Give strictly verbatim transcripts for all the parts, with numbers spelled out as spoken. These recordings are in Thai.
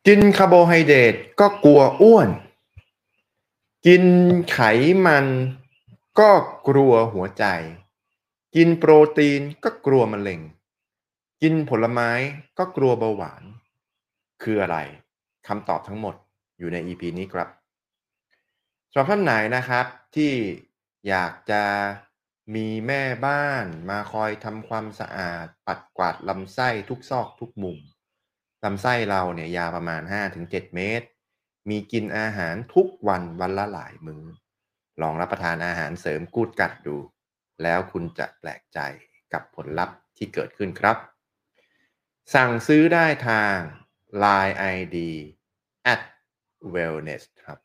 กินคาร์โบไฮเดรตก็กลัวอ้วน กินไขมันก็กลัวหัวใจ กินโปรตีนก็กลัวมะเร็ง กินผลไม้ก็กลัวเบาหวาน คืออะไร คำตอบทั้งหมดอยู่ใน อี พี นี้ครับสำหรับท่านไหนนะครับที่อยากจะมีแม่บ้านมาคอยทำความสะอาดปัดกวาดลำไส้ทุกซอกทุกมุมลำไส้เราเนี่ยยาวประมาณ ห้าถึงเจ็ด เมตรมีกินอาหารทุกวันวันละหลายมื้อลองรับประทานอาหารเสริมกูดกัดดูแล้วคุณจะแปลกใจกับผลลัพธ์ที่เกิดขึ้นครับสั่งซื้อได้ทาง ไลน์ ไอ ดี แอท wellness ครับ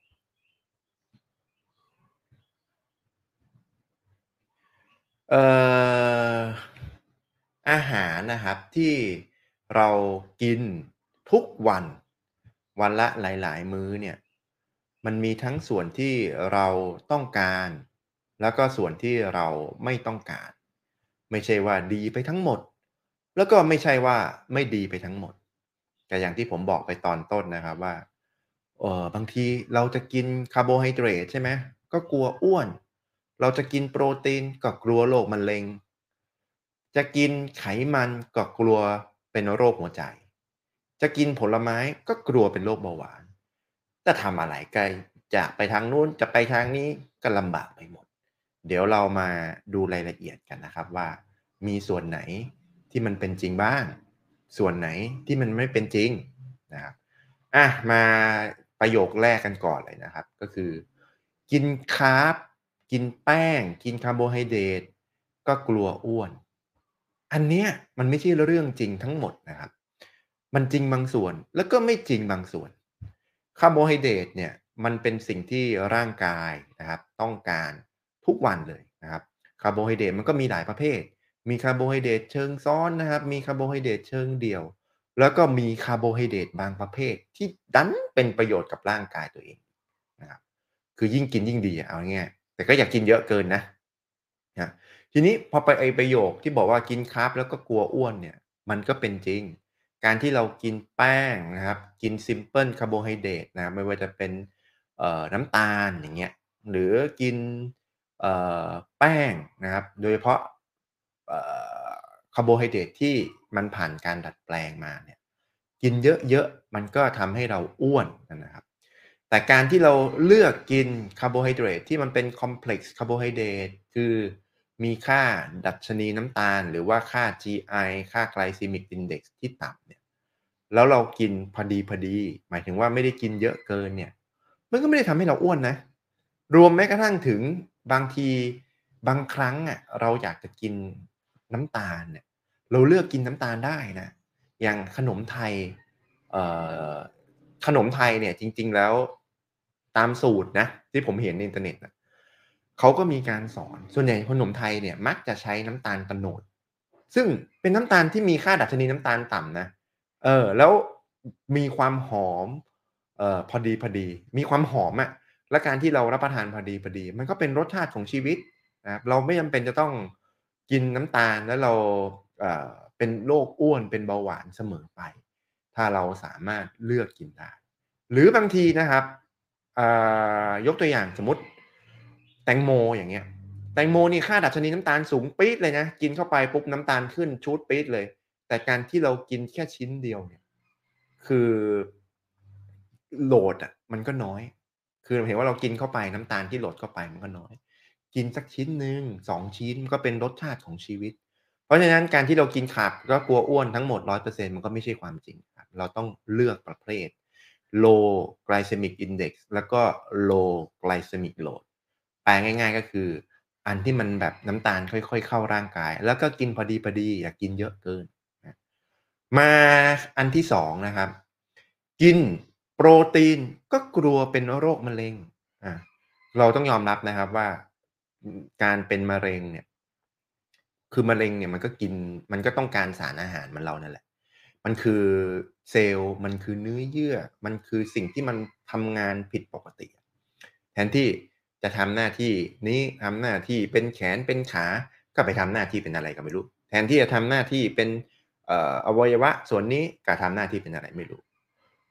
เอ่ออาหารนะครับที่เรากินทุกวันวันละหลายๆมื้อเนี่ยมันมีทั้งส่วนที่เราต้องการแล้วก็ส่วนที่เราไม่ต้องการไม่ใช่ว่าดีไปทั้งหมดแล้วก็ไม่ใช่ว่าไม่ดีไปทั้งหมดแต่อย่างที่ผมบอกไปตอนต้นนะครับว่าเอ่อบางทีเราจะกินคาร์โบไฮเดรตใช่ไหมก็กลัวอ้วน เราจะกินโปรตีนก็กลัวโรคมะเร็งจะกินไขมันก็กลัวเป็นโรคหัวใจจะกินผลไม้ก็กลัวเป็นโรคเบาหวานจะทำอะไรก็จะไปทางนู้นจะไปทางนี้ก็ลำบากไปหมดเดี๋ยวเรามาดูรายละเอียดกันนะครับว่ามีส่วนไหนที่มันเป็นจริงบ้างส่วนไหนที่มันไม่เป็นจริงนะครับอ่ะมาประโยคแรกกันก่อนเลยนะครับก็คือกินคาร์บ กินแป้งกินคาร์โบไฮเดรตก็กลัวอ้วนอันเนี้ยมันไม่ใช่เรื่องจริงทั้งหมดนะครับมันจริงบางส่วนแล้วก็ไม่จริงบางส่วนคาร์โบไฮเดรตเนี่ยมันเป็นสิ่งที่ร่างกายนะครับต้องการทุกวันเลยนะครับคาร์โบไฮเดรตมันก็มีหลายประเภทมีคาร์โบไฮเดรตเชิงซ้อนนะครับมีคาร์โบไฮเดรตเชิงเดี่ยวแล้วก็มีคาร์โบไฮเดรตบางประเภทที่ดันเป็นประโยชน์กับร่างกายตัวเองนะครับคือยิ่งกินยิ่งดีอะเอาง่ายๆ แต่ก็อย่ากินเยอะเกินนะนะทีนี้พอไปไอ้ประโยคที่บอกว่ากินคาร์บแล้วก็กลัวอ้วนเนี่ยมันก็เป็นจริงการที่เรากินแป้งนะครับกิน Simple คาร์โบไฮเดรตนะไม่ว่าจะเป็นเอ่อน้ำตาลอย่างเงี้ยหรือกินเอ่อแป้งนะครับโดยเฉพาะเอ่อคาร์โบไฮเดรตที่มันผ่านการดัดแปลงมาเนี่ยกินเยอะๆมันก็ทำให้เราอ้วนนะครับ แต่การที่เราเลือกกินคาร์โบไฮเดรตที่มันเป็นคอมเพล็กซ์คาร์โบไฮเดรตคือมีค่าดัชนีน้ำตาลหรือว่าค่า จี ไอ ค่า Glycemic Index ที่ต่ำเนี่ยแล้วเรากินพอดีๆหมายถึงว่าไม่ได้กินเยอะเกินเนี่ยมันก็ไม่ได้ทำให้เราอ้วนนะรวมแม้กระทั่งถึงบางทีบางครั้งอะเราอยากจะกินน้ำตาลเนี่ยเราเลือกกินน้ำตาลได้นะอย่างขนมไทยเอ่อ ขนมไทยเนี่ยจริงๆแล้วตามสูตรนะที่ผมเห็นในอินเทอร์เน็ตน่ะเขาก็มีการสอนส่วนใหญ่ขนมไทยเนี่ยมักจะใช้น้ำตาลโตนดซึ่งเป็นน้ำตาลที่มีค่าดัชนีน้ำตาลต่ำนะเออแล้วมีความหอมเอ่อพอดีๆมีความหอมอะและการที่เรารับประทานพอดีๆมันก็เป็นรสชาติของชีวิตนะครับเราไม่จำเป็นจะต้องกินน้ำตาลแล้วเราเอ่อเป็นโรคอ้วนเป็นเบาหวานเสมอไปถ้าเราสามารถเลือกกินได้ หรือบางทีนะครับอ่ายกตัวอย่างสมมุติแตงโมอย่างเงี้ยแตงโมนี่ค่าดัชนีน้ำตาลสูงปี๊ดเลยนะกินเข้าไปปุ๊บน้ำตาลขึ้นชูดปี๊ดเลยแต่การที่เรากินแค่ชิ้นเดียวเนี่ยคือโหลดอะมันก็น้อยคือเราเห็นว่าเรากินเข้าไปน้ำตาลที่โหลดเข้าไปมันก็น้อยกินสักชิ้นหนึ่งสองชิ้นก็เป็นรสชาติของชีวิตเพราะฉะนั้นการที่เรากินขาดแล้วกลัวอ้วนทั้งหมดหนึ่งร้อยเปอร์เซ็นต์มันก็ไม่ใช่ความจริงครับเราต้องเลือกประเภท Low Glycemic Index แล้วก็ Low Glycemic Load แปลง่ายๆก็คืออันที่มันแบบน้ำตาลค่อยๆเข้าร่างกายแล้วก็กินพอดีๆอย่ากินเยอะเกินนะมาอันที่สองนะครับกินโปรตีนก็กลัวเป็นโรคมะเร็งอาเราต้องยอมรับนะครับว่าอืมการเป็นมะเร็งเนี่ยคือมะเร็งเนี่ยมันก็กินมันก็ต้องการสารอาหารเหมือนเรานั่นแหละ มันคือเซลล์มันคือเนื้อเยื่อมันคือสิ่งที่มันทำงานผิดปกติแทนที่จะทำหน้าที่นี้ทำหน้าที่เป็นแขนเป็นขาก็ไปทำหน้าที่เป็นอะไรก็ไม่รู้แทนที่จะทำหน้าที่เป็นเอ่ออวัยวะส่วนนี้ก็ทำหน้าที่เป็นอะไรไม่รู้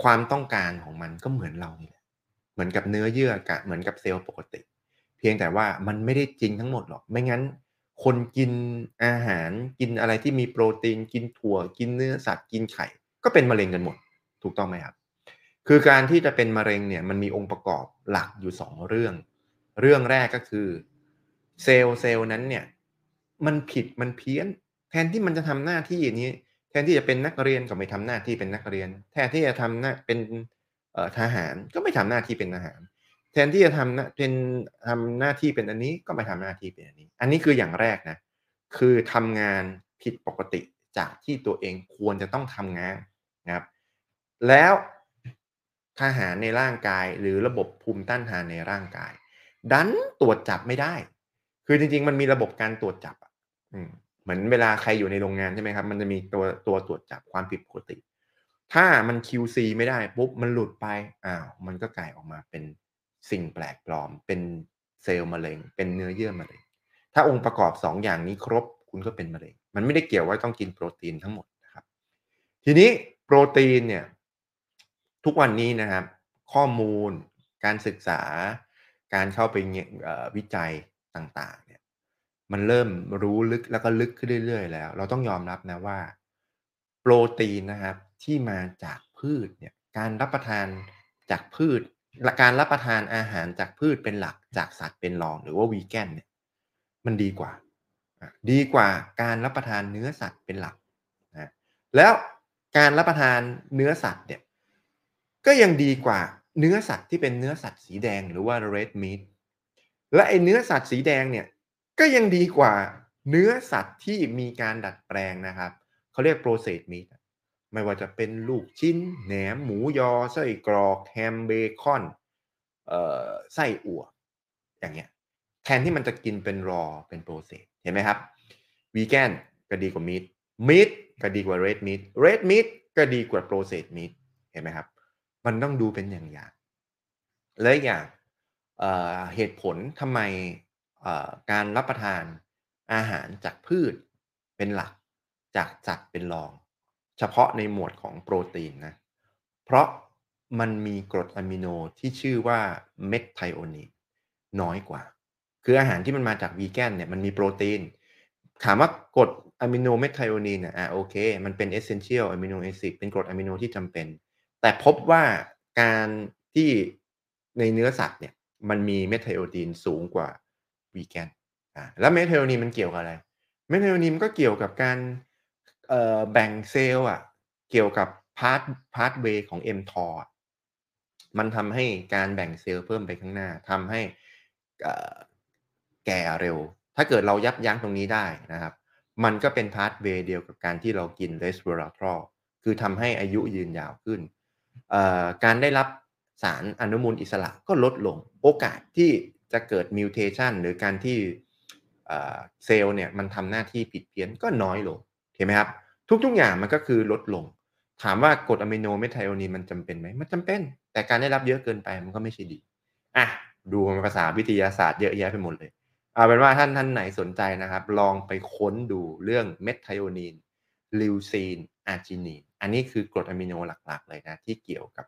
ความต้องการของมันก็เหมือนเรานี่แหละเหมือนกับเนื้อเยื่อกะเหมือนกับเซลล์ปกติเพียงแต่ว่ามันไม่ได้จริงทั้งหมดหรอกไม่งั้นคนกินอาหารกินอะไรที่มีโปรตีนกินถั่วกินเนื้อสัตว์กินไข่ก็เป็นมะเร็งกันหมดถูกต้องไหมครับคือการที่จะเป็นมะเร็งเนี่ยมันมีองค์ประกอบหลักอยู่สองเรื่องเรื่องแรกก็คือเซลล์เซลล์นั้นเนี่ยมันผิดมันเพี้ยนแทนที่มันจะทำหน้าที่นี้ แทนที่จะเป็นนักเรียนก็ไม่ทำหน้าที่เป็นนักเรียนแทนที่จะทำหน้าเป็นเอ่อทหารก็ไม่ทำหน้าที่เป็นทหารแทนที่จะทำหน้าเป็นทำหน้าที่เป็นอันนี้ก็ไม่ทำหน้าที่เป็นอันนี้อันนี้คืออย่างแรกนะคือทำงานผิดปกติจากที่ตัวเองควรจะต้องทำงานนะครับแล้วทหารในร่างกายหรือระบบภูมิต้านทานในร่างกายดันตรวจจับไม่ได้คือจริงๆมันมีระบบการตรวจจับอะ อืมเหมือนเวลาใครอยู่ในโรงงานใช่ไหมครับมันจะมีตัวตัวตรวจจับความผิดปกติถ้ามัน คิว ซี ไม่ได้ปุ๊บมันหลุดไปอ้าวมันก็กลายออกมาเป็นสิ่งแปลกปลอมเป็นเซลล์มะเร็งเป็นเนื้อเยื่อมะเร็งถ้าองค์ประกอบสองอย่างนี้ครบคุณก็เป็นมะเร็งมันไม่ได้เกี่ยวว่าต้องกินโปรตีนทั้งหมดนะครับทีนี้โปรตีนเนี่ยทุกวันนี้นะครับข้อมูลการศึกษาการเข้าไปเงเอ่อวิจัยต่างๆเนี่ย มันเริ่มรู้ลึกแล้วก็ลึกขึ้นเรื่อยๆแล้วเราต้องยอมรับนะว่าโปรตีนนะครับที่มาจากพืชเนี่ยการรับประทานจากพืชการรับประทานอาหารจากพืชเป็นหลักจากสัตว์เป็นรองหรือว่า Vegan เนี่ยมันดีกว่าอาดีกว่าการรับประทานเนื้อสัตว์เป็นหลักนะแล้วการรับประทานเนื้อสัตว์เนี่ยก็ยังดีกว่าเนื้อสัตว์ที่เป็นเนื้อสัตว์สีแดงหรือว่า Red Meat และไอ้เนื้อสัตว์สีแดงเนี่ย ก็ยังดีกว่าเนื้อสัตว์ที่มีการดัดแปลงนะครับเขาเรียก processed meat อะไม่ว่าจะเป็นลูกชิ้นแหนมหมูยอไส้กรอกแฮมเบคอนเอ่อไส้อั่วอย่างเงี้ยแทนที่มันจะกินเป็น raw เป็น processed เห็นไหมครับ Vegan ก็ดีกว่า meat meat ก็ดีกว่า red meat red meat ก็ดีกว่า processed meat เห็นไหมครับมันต้องดูเป็นอย่างๆและอีกอย่างเอ่อเหตุผลทำไม เอ่อการรับประทานอาหารจากพืชเป็นหลักจากสัตว์เป็นรองเฉพาะในหมวดของโปรตีนนะเพราะมันมีกรดอะมิโนที่ชื่อว่า Methionine น้อยกว่าคืออาหารที่มันมาจาก Vegan เนี่ยมันมีโปรตีนถามว่ากรดอะมิโน Methionine อะอาโอเคมันเป็น Essential Amino Acid เป็นกรดอะมิโนที่จำเป็นแต่พบว่าการที่ในเนื้อสัตว์เนี่ยมันมี Methionine สูงกว่า Vegan อาแล้ว Methionine มันเกี่ยวกับอะไร Methionine มันก็เกี่ยวกับการเอ่อแบ่งเซลล์อะเกี่ยวกับ path pathway ของ mTOR อะมันทำให้การแบ่งเซลล์เพิ่มไปข้างหน้าทำให้เอ่อแก่เร็วถ้าเกิดเรายับยั้งตรงนี้ได้นะครับมันก็เป็น pathway เดียวกับการที่เรากิน Resveratrol คือทำให้อายุยืนยาวขึ้นเอ่อการได้รับสารอนุมูลอิสระก็ลดลงโอกาสที่จะเกิด mutation หรือการที่เอ่อเซลล์เนี่ยมันทำหน้าที่ผิดเพี้ยนก็น้อยลงเห็นไหมครับทุกๆอย่างมันก็คือลดลงถามว่ากรดอะมิโน Methionine มันจำเป็นไหมมันจำเป็นแต่การได้รับเยอะเกินไปมันก็ไม่ใช่ดีอะดูภาษาวิทยาศาสตร์เยอะแยะไปหมดเลยเอาเป็นว่าท่านท่านไหนสนใจนะครับลองไปค้นดูเรื่อง Methionine Leucine Arginine อันนี้คือกรดอะมิโนหลักๆเลยนะที่เกี่ยวกับ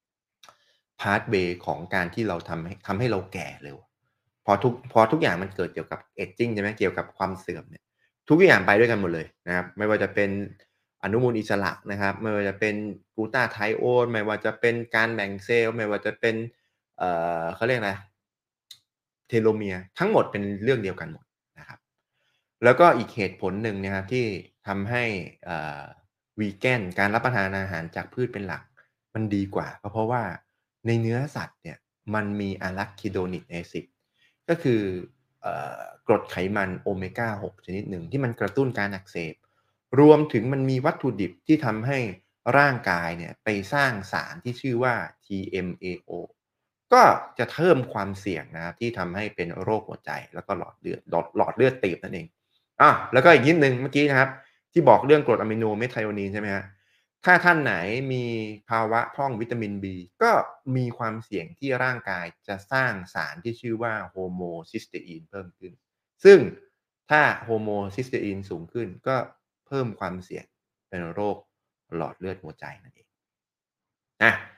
pathway ของการที่เราทำให้ทำให้เราแก่เร็วพอทุกพอทุกอย่างมันเกิดเกี่ยวกับ Aging ใช่ไหมเกี่ยวกับความเสื่อมเนี่ยทุกอย่างไปด้วยกันหมดเลยนะครับไม่ว่าจะเป็นอนุมูลอิสระนะครับไม่ว่าจะเป็น Glutathione ไม่ว่าจะเป็นการแบ่งเซลล์ไม่ว่าจะเป็นเอ่อเขาเรียกอะไร Telomere ทั้งหมดเป็นเรื่องเดียวกันหมดนะครับแล้วก็อีกเหตุผลหนึ่งนะครับที่ทำให้เอ่อ Vegan การรับประทานอาหารจากพืชเป็นหลักมันดีกว่าก็เพราะว่าในเนื้อสัตว์เนี่ยมันมี Arachidonic acid ก็คือเอ่อกรดไขมันโอเมกาหกชนิดหนึ่งที่มันกระตุ้นการอักเสบรวมถึงมันมีวัตถุดิบที่ทำให้ร่างกายเนี่ยไปสร้างสารที่ชื่อว่า ที เอ็ม เอ โอ ก็จะเพิ่มความเสี่ยงนะครับที่ทำให้เป็นโรคหัวใจแล้วก็หลอดเลือดหลอดหลอดเลือดตีบนั่นเองอาแล้วก็อีกนิดหนึ่งเมื่อกี้นะครับที่บอกเรื่องกรดอะมิโนเมทไทโอนีนใช่ไหมครับถ้าท่านไหนมีภาวะพร่องวิตามิน B ก็มีความเสี่ยงที่ร่างกายจะสร้างสารที่ชื่อว่า Homocysteine เพิ่มขึ้นซึ่งถ้า Homocysteine สูงขึ้นก็เพิ่มความเสี่ยงเป็นโรคหลอดเลือดหัวใจนั่นเองอา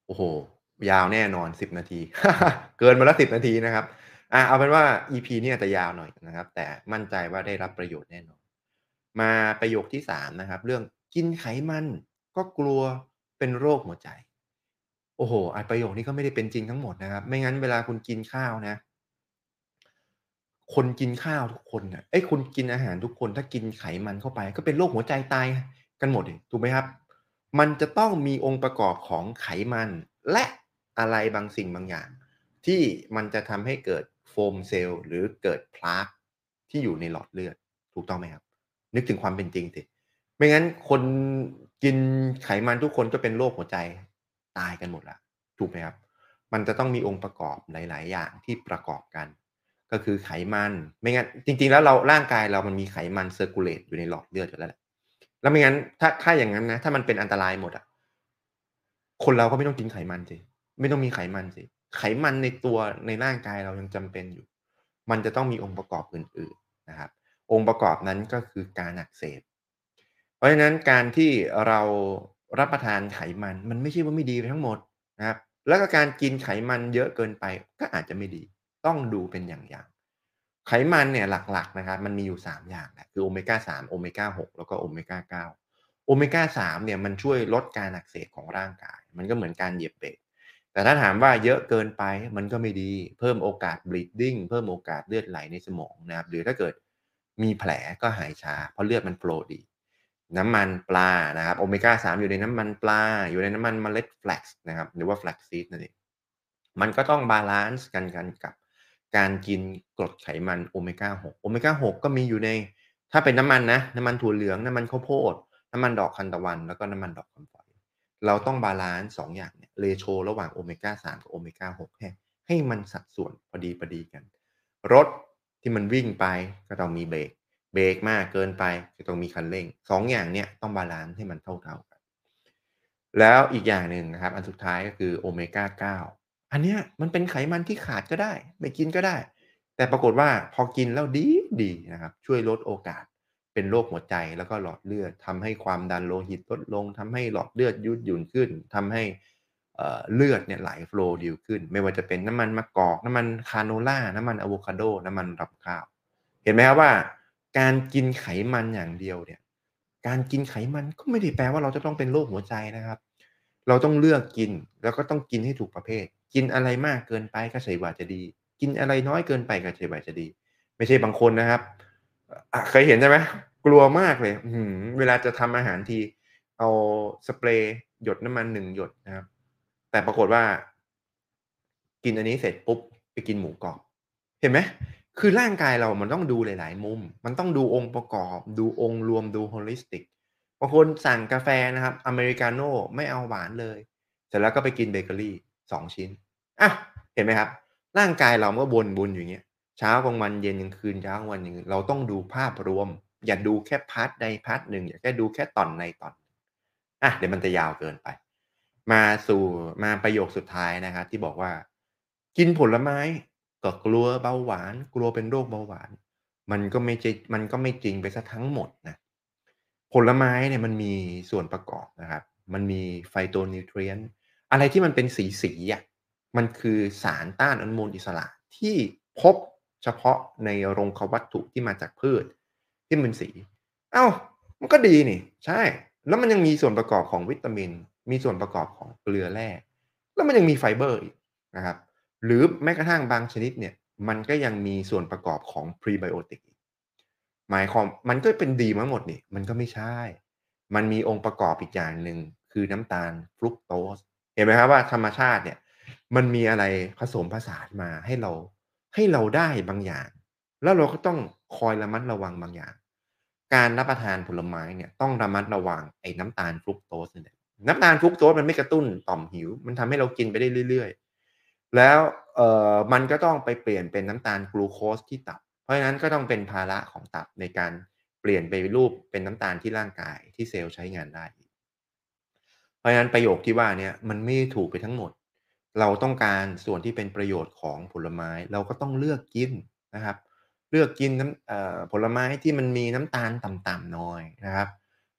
โอ้โฮยาวแน่นอนสิบนาทีเกินมาแล้วสิบนาทีนะครับอาเอาเป็นว่า อี พี นี้อาจจะยาวหน่อยนะครับแต่มั่นใจว่าได้รับประโยชน์แน่นอนมาประโยคที่สามนะครับเรื่องกินไขมันก็กลัวเป็นโรคหัวใจโอ้โฮไอ้ประโยคนี้ก็ไม่ได้เป็นจริงทั้งหมดนะครับไม่งั้นเวลาคุณกินข้าวนะคนกินข้าวทุกคนน่ะเอ๊ยคุณกินอาหารทุกคนถ้ากินไขมันเข้าไปก็เป็นโรคหัวใจตายกันหมดสิถูกไหมครับมันจะต้องมีองค์ประกอบของไขมันและอะไรบางสิ่งบางอย่างที่มันจะทำให้เกิดโฟมเซลล์หรือเกิด Plaque ที่อยู่ในหลอดเลือดถูกต้องไหมครับนึกถึงความเป็นจริงสิไม่งั้นคนกินไขมันทุกคนก็เป็นโรคหัวใจตายกันหมดแล้วถูกไหมครับมันจะต้องมีองค์ประกอบหลายๆอย่างที่ประกอบกัน ก็คือไขมันไม่งั้นจริงๆแล้วเราร่างกายเรามันมีไขมัน circulate อยู่ในหลอดเลือดอยู่แล้วแหละแล้วไม่งั้นถ้าถ้าอย่างงั้นนะถ้ามันเป็นอันตรายหมดอะคนเราก็ไม่ต้องกินไขมันสิไม่ต้องมีไขมันสิไขมันในตัวในร่างกายเรายังจำเป็นอยู่มันจะต้องมีองค์ประกอบอื่นๆนะครับองค์ประกอบนั้นก็คือการอักเสบเพราะฉะนั้นการที่เรารับประทานไขมันมันไม่ใช่ว่าไม่ดีไปทั้งหมดนะครับแล้วก็การกินไขมันเยอะเกินไปก็อาจจะไม่ดี ต้องดูเป็นอย่างๆไขมันเนี่ยหลักๆนะครับมันมีอยู่สามอย่างแหละคือโอเมกาสามโอเมกาหกแล้วก็โอเมกาเก้าโอเมกาสามเนี่ยมันช่วยลดการอักเสบของร่างกายมันก็เหมือนการเหยียบเบรกแต่ถ้าถามว่าเยอะเกินไปมันก็ไม่ดีเพิ่มโอกาส bleeding เพิ่มโอกาสเลือดไหลในสมองนะครับหรือถ้าเกิดมีแผลก็หายช้าเพราะเลือดมัน flow ดีน้ำมันปลานะครับโอเมกาสามอยู่ในน้ำมันปลาอยู่ในน้ำมันเมล็ด flax นะครับหรือว่า flaxseed นั่นเองมันก็ต้องบาลันซ์กันกันกับ การกินกรดไขมันโอเมกาหกโอเมกาหกก็มีอยู่ในถ้าเป็นน้ำมันนะน้ำมันถั่วเหลืองน้ำมันข้าวโพดน้ำมันดอกทานตะวันแล้วก็น้ำมันดอกคำฝอยเราต้องบาลันซ์สองอย่างเนี่ย ratio ระหว่างโอเมกาสามกับโอเมกาหกให้ให้มันสัดส่วนพอดีๆกันรถที่มันวิ่งไปก็ต้องมีเบรกเบรกมากเกินไปก็ต้องมีคันเร่งสองอย่างเนี่ยต้องบาลันซ์ให้มันเท่าๆกัน แล้วอีกอย่างหนึ่งนะครับอันสุดท้ายก็คือโอเมกาเก้าอันเนี้ยมันเป็นไขมันที่ขาดก็ได้ไม่กินก็ได้แต่ปรากฏว่าพอกินแล้วดีดีนะครับช่วยลดโอกาสเป็นโรคหัวใจแล้วก็หลอดเลือดทำให้ความดันโลหิตลดลงทำให้หลอดเลือดยืดหยุ่นขึ้นทำให้เอ่อเลือดเนี่ยไหลโฟลว์ดีขึ้นไม่ว่าจะเป็นน้ำมันมะกอกน้ำมันคาโนล่าน้ำมันอะโวคาโดน้ำมันรำข้าวเห็นไหมครับว่าการกินไขมันอย่างเดียวเนี่ย การกินไขมันก็ไม่ได้แปลว่าเราจะต้องเป็นโรคหัวใจนะครับ เราต้องเลือกกินแล้วก็ต้องกินให้ถูกประเภท กินอะไรมากเกินไปก็ใช่ว่าจะดี กินอะไรน้อยเกินไปก็ใช่ว่าจะดี ไม่ใช่บางคนนะครับอ่าเคยเห็นใช่ไหมกลัวมากเลยอื้อฮือเวลาจะทำอาหารทีเอาสเปรย์หยดน้ำมันหนึ่งหยดนะครับแต่ปรากฏว่ากินอันนี้เสร็จปุ๊บไปกินหมูกรอบเห็นไหมคือร่างกายเรามันต้องดูหลายๆมุมมันต้องดูองค์ประกอบดูองค์รวมดู holistic บางคนสั่งกาแฟนะครับอเมริกาโน่ไม่เอาหวานเลยเสร็จแล้วก็ไปกินเบเกอรีสองชิ้นอ้าวเห็นไหมครับร่างกายเรามันก็วนๆอยู่อย่างเงี้ย เช้ากลางวันเย็นกลางคืนเช้ากลางวันอย่างงี้เราต้องดูภาพรวมอย่าดูแค่พาร์ตใดพาร์ตหนึ่งอย่าแค่ดูแค่ตอนใดตอนอะเดี๋ยวมันจะยาวเกินไปมาสู่มาประโยคสุดท้ายนะครับที่บอกว่ากินผลไม้ก็กลัวเบาหวานกลัวเป็นโรคเบาหวานมันก็ไม่ใช่มันก็ไม่จริงไปเสียทั้งหมดนะผลไม้เนี่ยมันมีส่วนประกอบนะครับมันมี phytonutrient อะไรที่มันเป็นสีๆอะ มันคือสารต้านอนุมูลอิสระที่พบเฉพาะในโรงควัตถุที่มาจากพืชที่เป็นสีอ้าวมันก็ดีนี่ใช่แล้วมันยังมีส่วนประกอบของวิตามินมีส่วนประกอบของเกลือแร่แล้วมันยังมีไฟเบอร์อีกนะครับหรือแม้กระทั่งบางชนิดเนี่ยมันก็ยังมีส่วนประกอบของ Prebiotic อีกหมายความมันก็เป็นดีมาทั้งหมดนี่มันก็ไม่ใช่มันมีองค์ประกอบอีกอย่างหนึ่งคือน้ำตาลฟรุกโตสเห็นไหมครับว่าธรรมชาติเนี่ย มันมีอะไรผสมผสานมาให้เราให้เราได้บางอย่างแล้วเราก็ต้องคอยระมัดระวังบางอย่างการรับประทานผลไม้เนี่ยต้องระมัดระวังไอ้น้ำตาลฟรุกโตสนี่แหละน้ำตาลฟรุกโตสมันไม่กระตุ้นต่อมหิวมันทำให้เรากินไปได้เรื่อยๆแล้วเอ่อมันก็ต้องไปเปลี่ยนเป็นน้ำตาลกลูโคสที่ตับเพราะฉะนั้นก็ต้องเป็นภาระของตับในการเปลี่ยนไปรูปเป็นน้ำตาลที่ร่างกายที่เซลล์ใช้งานได้ เพราะฉะนั้นประโยคที่ว่าเนี่ยมันไม่ได้ถูกไปทั้งหมด เราต้องการส่วนที่เป็นประโยชน์ของผลไม้เราก็ต้องเลือกกินนะครับเลือกกินน้ำเอ่อผลไม้ที่มันมีน้ำตาลต่ำๆหน่อยนะครับ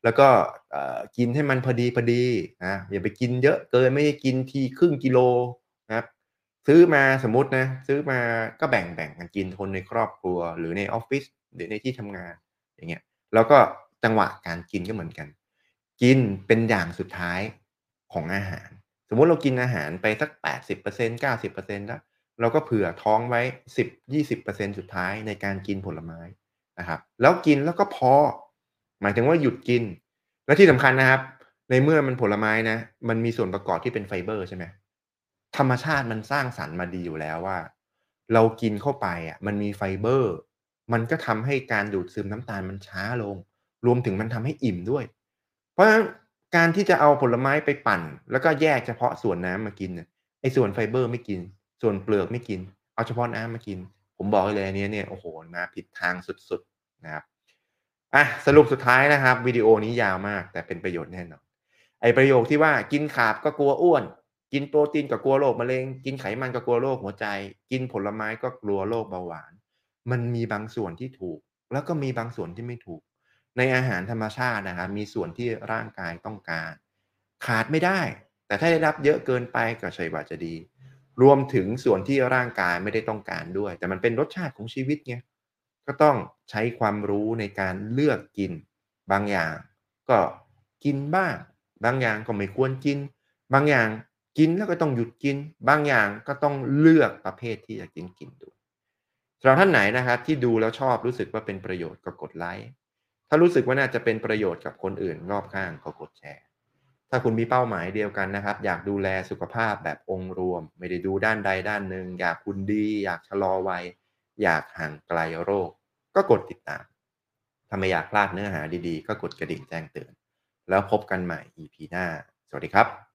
แล้วก็เอ่อกินให้มันพอดีๆนะอย่าไปกินเยอะเกินไม่ได้กินทีครึ่งกิโลนะครับซื้อมาสมมุตินะซื้อมาก็แบ่งๆกันกินคนในครอบครัวหรือในออฟฟิศหรือในที่ทำงานอย่างเงี้ยแล้วก็จังหวะการกินก็เหมือนกันกินเป็นอย่างสุดท้ายของอาหารสมมุติเรากินอาหารไปสักแปดสิบเปอร์เซ็นต์ เก้าสิบเปอร์เซ็นต์แล้วเราก็เผื่อท้องไว้สิบถึงยี่สิบเปอร์เซ็นต์สุดท้ายในการกินผลไม้นะครับแล้วกินแล้วก็พอหมายถึงว่าหยุดกิน และที่สำคัญนะครับในเมื่อมันผลไม้นะมันมีส่วนประกอบที่เป็นไฟเบอร์ใช่ไหมธรรมชาติมันสร้างสรรค์มาดีอยู่แล้วว่าเรากินเข้าไปอะมันมีไฟเบอร์มันก็ทำให้การดูดซึมน้ำตาลมันช้าลงรวมถึงมันทำให้อิ่มด้วยเพราะฉะนั้นการที่จะเอาผลไม้ไปปั่นแล้วก็แยกเฉพาะส่วนน้ำมากินเนี่ยไอ้ส่วนไฟเบอร์ไม่กินส่วนเปลือกไม่กินเอาเฉพาะน้ำมากินผมบอกได้เลยอันเนี้ยเนี่ยโอ้โฮมาผิดทางสุดๆนะครับ อะสรุปสุดท้ายนะครับวิดีโอนี้ยาวมากแต่เป็นประโยชน์แน่นอนไอ้ประโยคที่ว่ากินคาร์บก็กลัวอ้วนกินโปรตีนก็กลัวโรคมะเร็งกินไขมันก็กลัวโรคหัวใจกินผลไม้ก็กลัวโรคเบาหวานมันมีบางส่วนที่ถูกแล้วก็มีบางส่วนที่ไม่ถูกในอาหารธรรมชาตินะครับมีส่วนที่ร่างกายต้องการขาดไม่ได้แต่ถ้าได้รับเยอะเกินไปก็ใช่ว่าจะดีรวมถึงส่วนที่ร่างกายไม่ได้ต้องการด้วยแต่มันเป็นรสชาติของชีวิตไง ก็ต้องใช้ความรู้ในการเลือกกินบางอย่างก็กินบ้างบางอย่างก็ไม่ควรกินบางอย่างกินแล้วก็ต้องหยุดกินบางอย่างก็ต้องเลือกประเภทที่จะกินกินดูสำหรับท่านไหนนะครับที่ดูแล้วชอบรู้สึกว่าเป็นประโยชน์ก็กดไลก์ถ้ารู้สึกว่าน่าจะเป็นประโยชน์กับคนอื่นรอบข้างก็กดแชร์ถ้าคุณมีเป้าหมายเดียวกันนะครับอยากดูแลสุขภาพแบบองค์รวมไม่ได้ดูด้านใดด้านหนึ่งอยากหุ่นดีอยากชะลอวัยอยากห่างไกลโรค ก็กดติดตาม ถ้าไม่อยากพลาดเนื้อหาดีๆ ก็กดกระดิ่งแจ้งเตือน แล้วพบกันใหม่ อี พี หน้า สวัสดีครับ